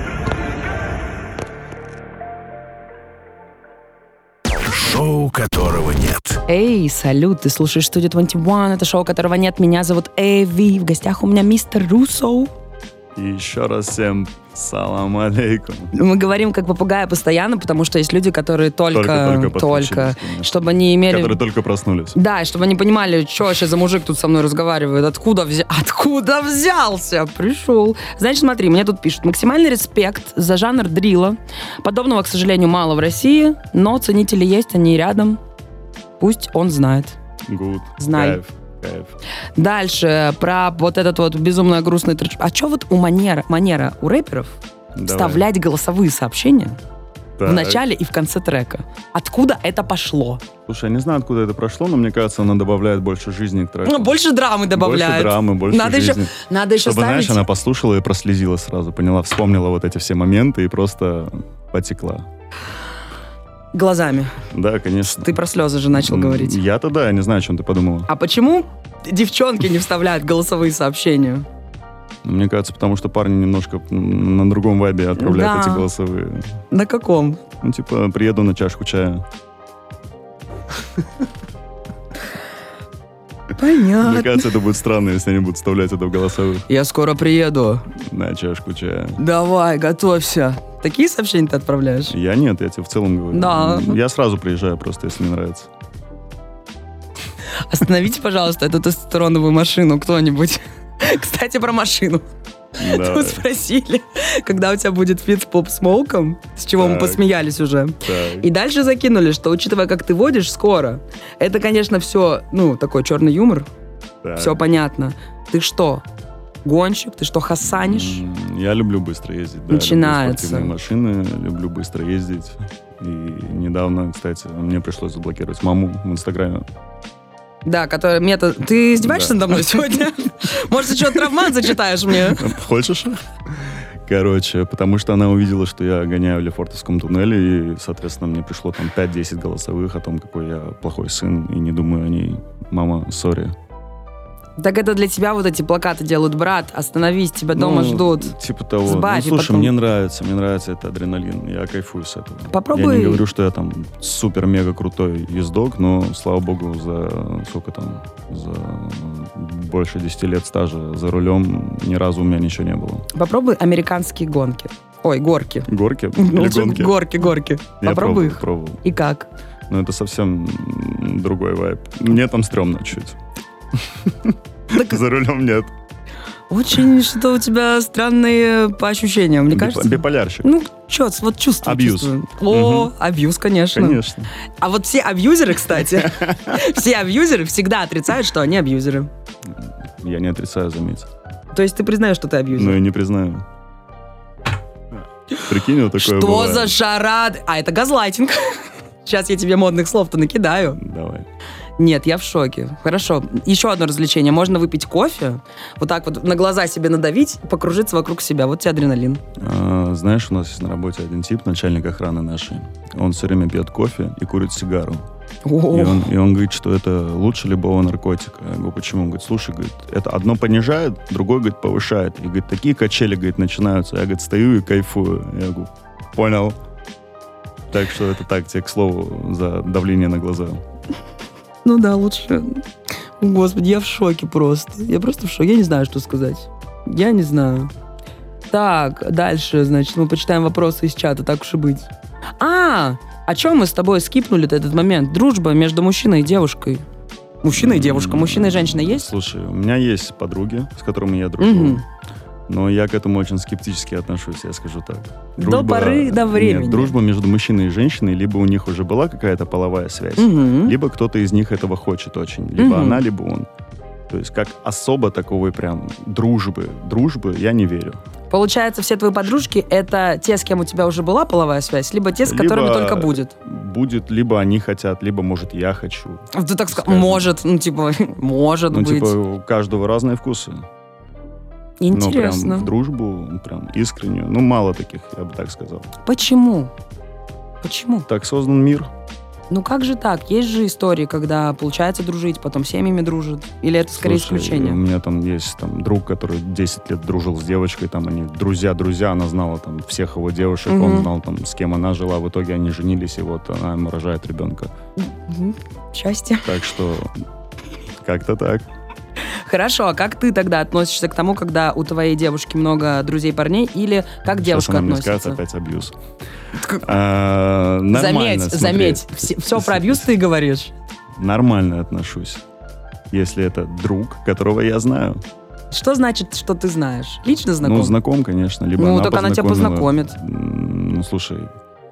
Шоу, которого нет. Эй, салют, ты слушаешь Studio 21, это шоу, которого нет. Меня зовут Эви, в гостях у меня мистер Руссо. И еще раз всем салам алейкум. Мы говорим как попугая постоянно, потому что есть люди, которые только подключились, конечно. чтобы они имели... Которые только проснулись. Да, и чтобы они понимали, что вообще за мужик тут со мной разговаривает, откуда взялся, пришел. Значит, смотри, мне тут пишут: максимальный респект за жанр дрилла. Подобного, к сожалению, мало в России, но ценители есть, они рядом. Пусть он знает. Good. Знай. Кайф. Дальше, про вот этот вот безумно грустный трэш. А что вот у манера у рэперов Давай. вставлять голосовые сообщения Так. в начале и в конце трека? Откуда это пошло? Слушай, я не знаю, откуда это прошло, но мне кажется, она добавляет больше жизни к треку. Ну, больше драмы добавляет. Больше драмы, больше Надо жизни. Надо еще Чтобы, ставить... знаешь, она послушала и прослезилась сразу, поняла, вспомнила вот эти все моменты и просто потекла. Глазами. Да, конечно. Ты про слезы же начал говорить. Я-то да, я не знаю, о чем ты подумала. А почему девчонки не вставляют голосовые сообщения? Мне кажется, потому что парни немножко на другом вайбе отправляют Да. эти голосовые. На каком? Ну, типа, приеду на чашку чая. Мне Понятно. кажется, это будет странно, если они будут вставлять это в голосовых. Я скоро приеду. На чашку чая. Давай, готовься. Такие сообщения ты отправляешь? Я нет, я тебе в целом говорю. Да. Я сразу приезжаю просто, если не нравится. Остановите, пожалуйста, эту тестостероновую машину кто-нибудь. Кстати, про машину. Давай. Тут спросили, когда у тебя будет фит с поп-смоуком, с чего мы Так. посмеялись уже. Так. И дальше закинули, что, учитывая, как ты водишь скоро, это, конечно, все, такой черный юмор, Так. все понятно. Ты что, гонщик? Ты что, хасанишь? Я люблю быстро ездить, да. Начинается. Люблю спортивные машины, люблю быстро ездить. И недавно, кстати, мне пришлось заблокировать маму в Инстаграме. Да, который метод... Ты издеваешься Да. надо мной сегодня? Может, еще травмат зачитаешь мне? Хочешь? Короче, потому что она увидела, что я гоняю в Лефортовском туннеле, и, соответственно, мне пришло там 5-10 голосовых о том, какой я плохой сын, и не думаю о ней. Мама, сори. Так это для тебя вот эти плакаты делают: брат, остановись, тебя дома ждут. Типа того. Сбавь, Слушай, потом- мне нравится это адреналин, я кайфую с этого. Попробуй. Я не говорю, что я там супер-мега крутой ездок, но, слава богу, за больше 10 лет стажа за рулем ни разу у меня ничего не было. Попробуй американские гонки. Ой, горки. Горки Ну, или гонки? Горки. Я Попробуй их. пробовал. И как? Но это совсем другой вайб. Мне там стрёмно чуть. За рулем нет. Очень что-то у тебя странные по ощущениям, мне кажется. Биполярщик. Ну, вот чувствую. Абьюз. чувствую. О, Мгм. абьюз, конечно. Конечно. А вот все абьюзеры, кстати, все абьюзеры всегда отрицают, что они абьюзеры. Я не отрицаю, заметь. То есть ты признаешь, что ты Но абьюзер? и не признаю. Прикинь, вот такое Что бывает. за шарад? А, это газлайтинг. Сейчас я тебе модных слов-то накидаю. Давай. Нет, я в шоке. Хорошо. Еще одно развлечение. Можно выпить кофе, вот так вот на глаза себе надавить, покружиться вокруг себя. Вот тебе адреналин. Знаешь, у нас есть на работе один тип, начальник охраны нашей. Он все время пьет кофе и курит сигару. О, И он говорит, что это лучше любого наркотика. Я говорю, почему? Он говорит, слушай, говорит, это одно понижает, другое, говорит, повышает. И, говорит, такие качели, говорит, начинаются. Я, говорит, стою и кайфую. Я говорю, понял. Так что это так, тебе, к слову, за давление на глаза. ну да, лучше. Господи, я в шоке просто. Я просто в шоке. Я не знаю, что сказать. Я не знаю. Так, дальше, значит, мы почитаем вопросы из чата, так уж и быть. О чем мы с тобой скипнули-то этот момент? Дружба между мужчиной и девушкой. Мужчина и девушка. Мужчина и женщина есть? Слушай, у меня есть подруги, с которыми я дружу. Мгм. Но я к этому очень скептически отношусь, я скажу так. До поры до времени. Нет, дружба между мужчиной и женщиной, либо у них уже была какая-то половая связь, Мгм. либо кто-то из них этого хочет очень. Либо Мгм. она, либо он. То есть как особо такого прям дружбы я не верю. Получается, все твои подружки — это те, с кем у тебя уже была половая связь, либо те, с которыми только будет? Будет, либо они хотят, либо, может, я хочу. Ты так сказал, может, может быть. У каждого разные вкусы. Интересно. Прям в дружбу, прям искреннюю. Мало таких, я бы так сказал. Почему? Так создан мир. Как же так? Есть же истории, когда получается дружить, потом семьями дружат. Или это скорее исключение? У меня там есть друг, который 10 лет дружил с девочкой, там они друзья, она знала там всех его девушек, он знал там, с кем она жила, в итоге они женились, и вот она ему рожает ребенка. Счастье. Так что как-то так. Хорошо, а как ты тогда относишься к тому, когда у твоей девушки много друзей-парней, или как девушка относится? Сейчас она мне скажет, опять абьюз. Нормально, заметь, все про абьюз ты говоришь. Нормально отношусь, если это друг, которого я знаю. Что значит, что ты знаешь? Лично знаком? Знаком, конечно. Либо так она тебя познакомит. Слушай...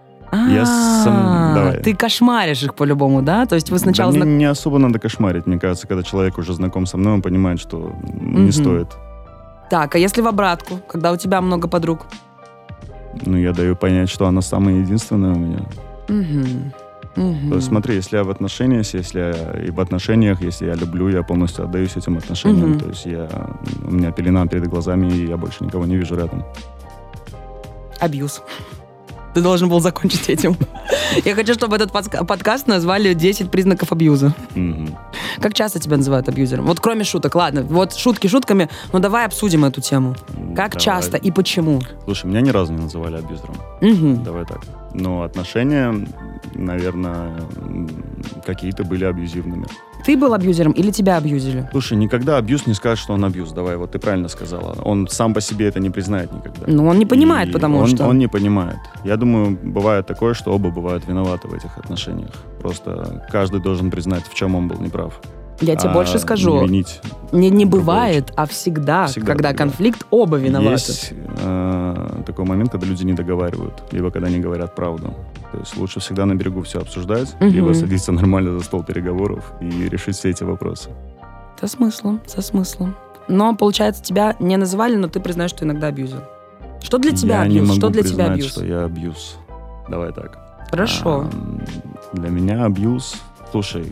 Ты кошмаришь их по-любому, да? То есть вы сначала... Мне не особо надо кошмарить. Мне кажется, когда человек уже знаком со мной, он понимает, что не стоит. Так, а если в обратку, когда у тебя много подруг? Я даю понять, что она самая единственная у меня. То есть смотри, если я в отношениях, если я люблю, я полностью отдаюсь этим отношениям. То есть у меня пелена перед глазами, и я больше никого не вижу рядом. Абьюз. Ты должен был закончить этим. Я хочу, чтобы этот подкаст назвали 10 признаков абьюза. Как часто тебя называют абьюзером? Вот кроме шуток, ладно. Вот шутки шутками, но давай обсудим эту тему. Как часто и почему? Слушай, меня ни разу не называли абьюзером. Давай так. Но отношения, наверное, какие-то были абьюзивными. Ты был абьюзером или тебя абьюзили? Слушай, никогда абьюз не скажет, что он абьюз. Давай, вот ты правильно сказала. Он сам по себе это не признает никогда. Он не понимает, потому что... Он не понимает. Я думаю, бывает такое, что оба бывают виноваты в этих отношениях. Просто каждый должен признать, в чем он был неправ. Я тебе больше скажу. Не бывает, а всегда, когда конфликт, оба виноваты. Есть такой момент, когда люди не договаривают, либо когда не говорят правду. То есть лучше всегда на берегу все обсуждать, либо садиться нормально за стол переговоров и решить все эти вопросы. Со смыслом. Но, получается, тебя не называли, но ты признаешь, что иногда абьюзил. Что для тебя абьюз? Что для тебя абьюз? Что я абьюз. Давай так. Хорошо. Для меня абьюз... Слушай...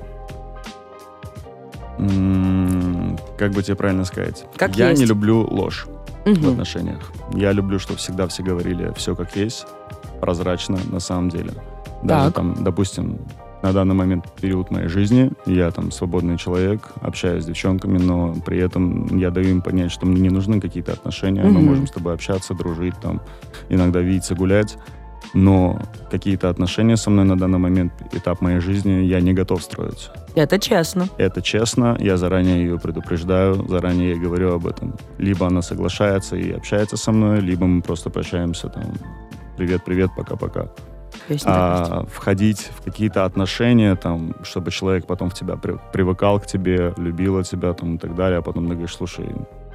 Как бы тебе правильно сказать? Я не люблю ложь в отношениях. Я люблю, чтобы всегда все говорили все как есть, прозрачно на самом деле. Даже там, допустим, на данный момент период моей жизни я там свободный человек, общаюсь с девчонками, но при этом я даю им понять, что мне не нужны какие-то отношения. Мы можем с тобой общаться, дружить, там, иногда видеться, гулять. Но какие-то отношения со мной на данный момент, этап моей жизни, я не готов строить. Это честно. Это честно. Я заранее ее предупреждаю, заранее ей говорю об этом. Либо она соглашается и общается со мной, либо мы просто прощаемся там. Привет, пока-пока. Входить в какие-то отношения, там, чтобы человек потом в тебя привыкал к тебе, любил тебя там, и так далее, а потом ты говоришь, слушай,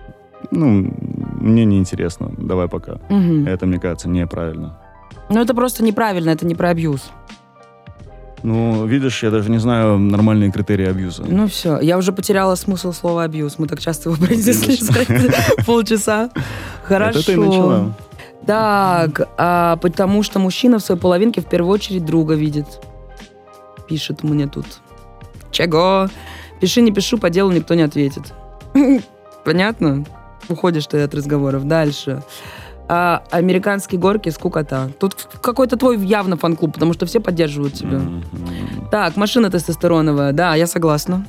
мне неинтересно, давай пока. Это, мне кажется, неправильно. Это просто неправильно, это не про абьюз. Видишь, я даже не знаю нормальные критерии абьюза. Все, я уже потеряла смысл слова абьюз. Мы так часто его произнесли за полчаса. Хорошо. Это ты начала. Так, потому что мужчина в своей половинке в первую очередь друга видит. Пишет мне тут. Чего? Пиши, не пишу, по делу никто не ответит. Понятно? Уходишь ты от разговоров. Дальше. Американские горки, скукота. Тут какой-то твой явно фан-клуб, потому что все поддерживают тебя. Так, машина тестостероновая. Да, я согласна.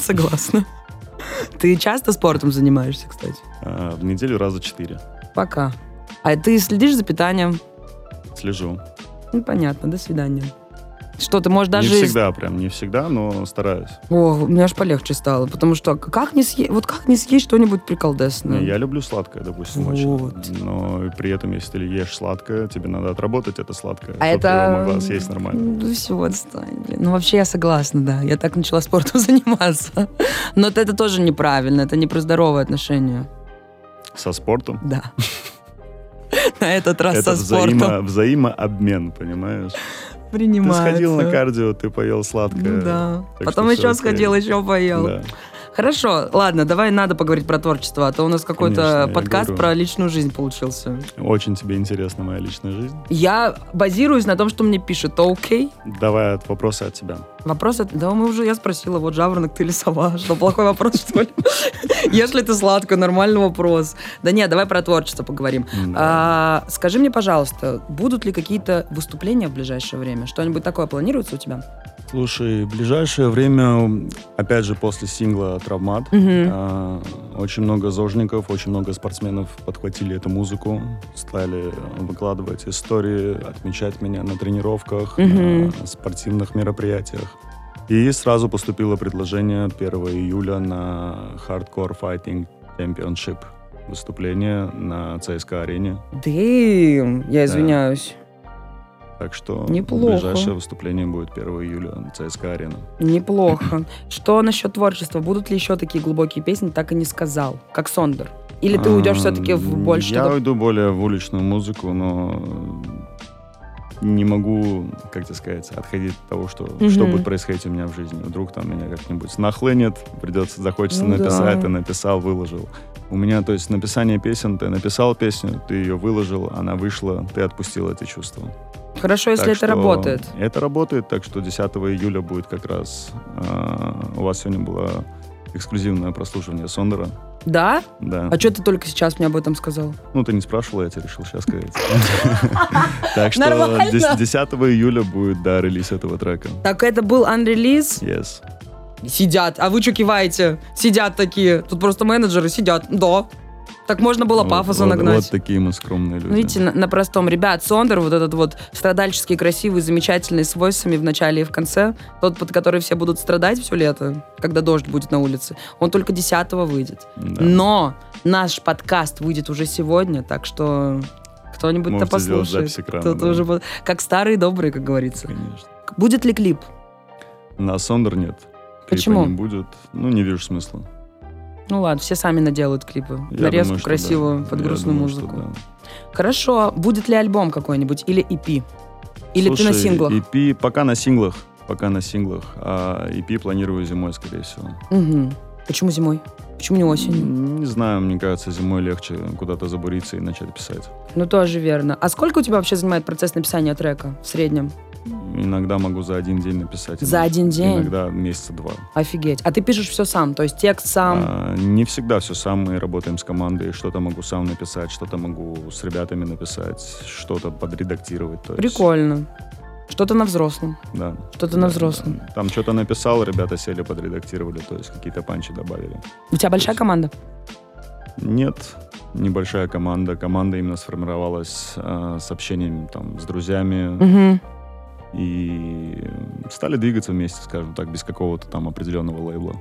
Ты часто спортом занимаешься, кстати? В неделю раза 4. Пока. А ты следишь за питанием? Слежу. Понятно, до свидания. Что, ты можешь даже... Не всегда, но стараюсь. У меня аж полегче стало, потому что как не съесть что-нибудь приколдесное? Я люблю сладкое, допустим, очень. Но при этом, если ты ешь сладкое, тебе надо отработать это сладкое, чтобы ты его могла съесть нормально. Все, отстань, блин. Вообще я согласна, да. Я так начала спортом заниматься. Но это тоже неправильно, это не про здоровые отношения. Со спортом? Да. На этот раз со спортом. Это взаимообмен, понимаешь? Принимается. Ты сходил на кардио, ты поел сладкое. Да. Потом еще сходил, еще поел. Да. Хорошо, ладно, давай надо поговорить про творчество, а то у нас какой-то Конечно, я подкаст говорю. про личную жизнь получился. Очень тебе интересна моя личная жизнь. Я базируюсь на том, что мне пишет, окей? Давай вопросы от тебя. Вопрос, да, я спросила, вот жаворонок ты или сова, что, плохой вопрос, что ли? Ешь ли ты сладкое, нормальный вопрос. Да нет, давай про творчество поговорим. Скажи мне, пожалуйста, будут ли какие-то выступления в ближайшее время? Что-нибудь такое планируется у тебя? Слушай, в ближайшее время, опять же, после сингла «Травмат», очень много зожников, очень много спортсменов подхватили эту музыку, стали выкладывать истории, отмечать меня на тренировках, на спортивных мероприятиях. И сразу поступило предложение 1 июля на Hardcore Fighting Championship выступление на ЦСКА-арене. Дэйм, я извиняюсь. Так что Неплохо. Ближайшее выступление будет 1 июля на ЦСКА-арена. Неплохо. Что насчет творчества? Будут ли еще такие глубокие песни? Так и не сказал. Как Сондер. Или ты уйдешь все-таки в больше... Я уйду более в уличную музыку, но не могу, как тебе сказать, отходить от того, что будет происходить у меня в жизни. Вдруг там меня как-нибудь нахлынет, захочется написать, ты написал, выложил. У меня, то есть, написание песен, ты написал песню, ты ее выложил, она вышла, ты отпустил эти чувства. Хорошо, если Так это что работает. Это работает, так что 10 июля будет как раз... у вас сегодня было эксклюзивное прослушивание Сондера. Да? Да. А что ты только сейчас мне об этом сказал? Ну, ты не спрашивала, я тебе решил сейчас сказать. Так что Нормально. 10 июля будет, да, релиз этого трека. Так это был unrelease? Yes. Сидят. А вы что киваете? Сидят такие. Тут просто менеджеры сидят. Да. Так можно было пафоса нагнать. Вот такие мы скромные люди. Ну, видите, на простом. Ребят, Сондер, вот этот вот страдальческий, красивый, замечательный, с войсами в начале и в конце, тот, под который все будут страдать все лето, когда дождь будет на улице, он только 10-го выйдет. Да. Но наш подкаст выйдет уже сегодня, так что кто-нибудь-то Можете сделать послушает. запись экрана, Кто-то да. уже как старые добрые, как говорится. Конечно. Будет ли клип? На Сондер нет. Клипа Почему? не будет. Ну, не вижу смысла. Ну ладно, все сами наделают клипы. Я Нарезку думаю, что красивую да. под Я грустную думаю, что музыку. да. Хорошо. Будет ли альбом какой-нибудь или EP? Или ты на Слушай, синглах? EP пока на синглах. А EP планирую зимой, скорее всего. Угу. Почему зимой? Почему не осенью? Не знаю, мне кажется, зимой легче куда-то забуриться и начать писать. Ну, тоже верно. А сколько у тебя вообще занимает процесс написания трека в среднем? Иногда могу за один день написать. За один день? Иногда месяца 2. Офигеть. А ты пишешь все сам? То есть текст сам? Не всегда все сам. Мы работаем с командой. Что-то могу сам написать, что-то могу с ребятами написать, что-то подредактировать. То есть, Прикольно. Что-то на взрослом. да. Что-то на взрослом. Там что-то написал, ребята сели, подредактировали, то есть какие-то панчи добавили. У тебя большая команда? Нет, небольшая команда. Команда именно сформировалась с общением там, с друзьями. Угу. И стали двигаться вместе, скажем так, без какого-то там определенного лейбла.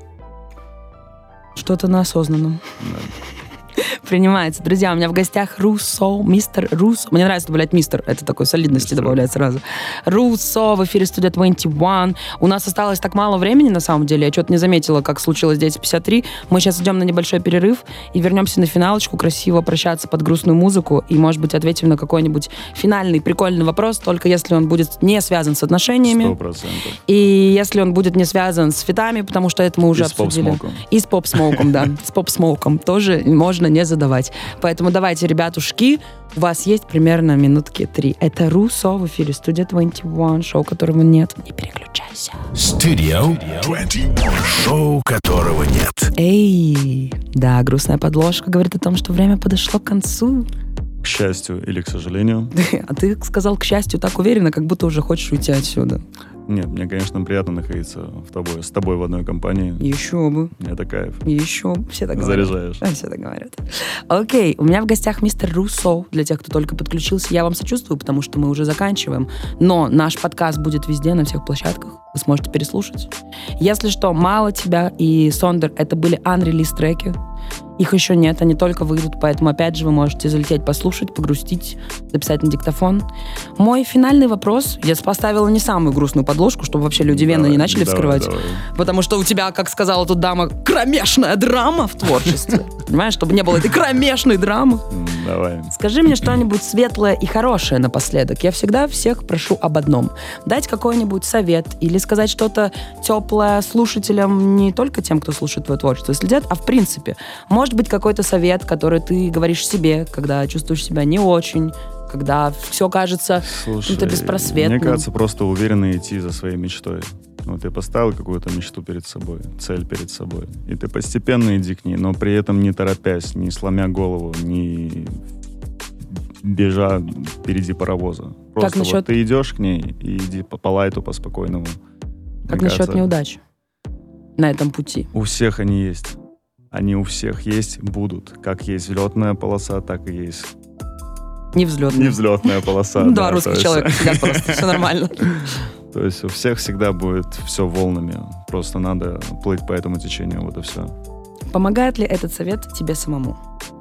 Что-то на осознанном. Да. Принимается. Друзья, у меня в гостях Руссо, мистер Руссо. Мне нравится добавлять мистер. Это такой солидности Мистер. добавляет сразу. Руссо в эфире студия 21. У нас осталось так мало времени, на самом деле. Я что-то не заметила, как случилось 10:53. Мы сейчас идем на небольшой перерыв и вернемся на финалочку, красиво прощаться под грустную музыку и, может быть, ответим на какой-нибудь финальный, прикольный вопрос, только если он будет не связан с отношениями. 100%. И если он будет не связан с фитами, потому что это мы уже И с обсудили. поп-смоком. И с поп-смоком, да. С поп-смоком тоже можно не задавать. Поэтому давайте, ребятушки, у вас есть примерно минутки 3. Это Руссо в эфире студия 21, шоу которого нет. Не переключайся. Studio 21. Шоу которого нет. Эй, да, грустная подложка говорит о том, что время подошло к концу. К счастью или к сожалению. А ты сказал, к счастью, так уверенно, как будто уже хочешь уйти отсюда. Нет, мне, конечно, приятно находиться с тобой в одной компании. Еще бы. Это кайф. Еще все так говорят. Заряжаешь. Да, все так говорят. Окей, у меня в гостях мистер Руссо. Для тех, кто только подключился, я вам сочувствую, потому что мы уже заканчиваем. Но наш подкаст будет везде, на всех площадках. Вы сможете переслушать. Если что, «Мало тебя» и «Сондер» — это были unreleased треки. Их еще нет, они только выйдут, поэтому, опять же, вы можете залететь, послушать, погрустить, записать на диктофон. Мой финальный вопрос. Я поставила не самую грустную подложку, чтобы вообще люди вены не начали вскрывать. Давай. Потому что у тебя, как сказала тут дама, кромешная драма в творчестве. понимаешь? Чтобы не было этой кромешной драмы. Давай. Скажи мне что-нибудь светлое и хорошее напоследок. Я всегда всех прошу об одном. Дать какой-нибудь совет или сказать что-то теплое слушателям, не только тем, кто слушает твое творчество, следят, а в принципе. Может быть, какой-то совет, который ты говоришь себе, когда чувствуешь себя не очень, когда все кажется каким-то беспросветным. Мне кажется, просто уверенно идти за своей мечтой. Ну, ты поставил какую-то мечту перед собой, цель перед собой, и ты постепенно иди к ней, но при этом не торопясь, не сломя голову, не бежа впереди паровоза. Просто вот ты идешь к ней и иди по лайту, по спокойному. Как насчет неудач на этом пути? У всех они есть. Они у всех есть, будут. Как есть взлетная полоса, так и есть невзлетная полоса. Да, русский человек всегда просто, все нормально. То есть у всех всегда будет все волнами. Просто надо плыть по этому течению, вот и все. Помогает ли этот совет тебе самому?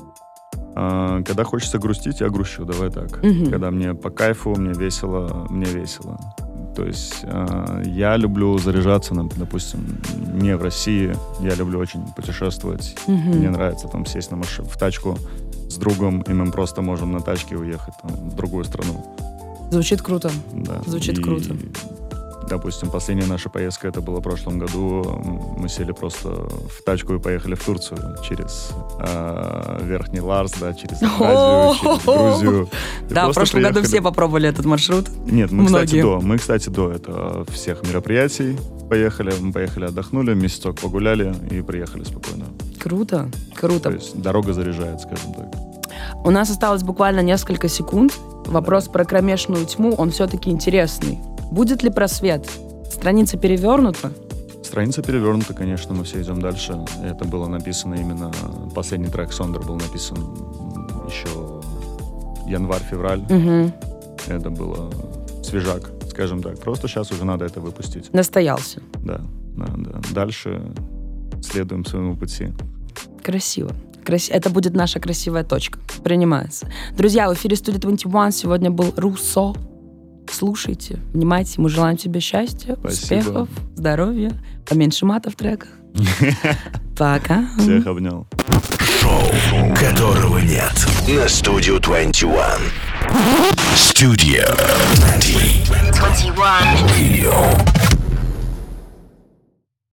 Когда хочется грустить, я грущу, давай так. Когда мне по кайфу, мне весело. То есть я люблю заряжаться, допустим, не в России. Я люблю очень путешествовать. Мне нравится там сесть в тачку с другом, и мы просто можем на тачке уехать там, в другую страну. Звучит круто. Да. Звучит круто. Допустим, последняя наша поездка, это было в прошлом году. Мы сели просто в тачку и поехали в Турцию через Верхний Ларс, да, через Абхазию, через Грузию. Да, в прошлом году все попробовали этот маршрут. Нет, мы, кстати, до этого всех мероприятий поехали. Мы поехали, отдохнули, месяцок погуляли и приехали спокойно. Круто, круто. То есть дорога заряжает, скажем так. У нас осталось буквально несколько секунд. Вопрос про кромешную тьму, он все-таки интересный. Будет ли просвет? Страница перевернута? Страница перевернута, конечно, мы все идем дальше. Это было написано именно... Последний трек Сондер был написан еще январь-февраль. Это было свежак, скажем так. Просто сейчас уже надо это выпустить. Настоялся. Да. Дальше следуем своему пути. Красиво. Это будет наша красивая точка. Принимается. Друзья, в эфире Studio 21 сегодня был Руссо. Слушайте, внимайте. Мы желаем тебе счастья, успехов, здоровья, поменьше мата в треках. Пока. Всех обнял. Шоу, которого нет. На Studio 21. Studio 21. Radio.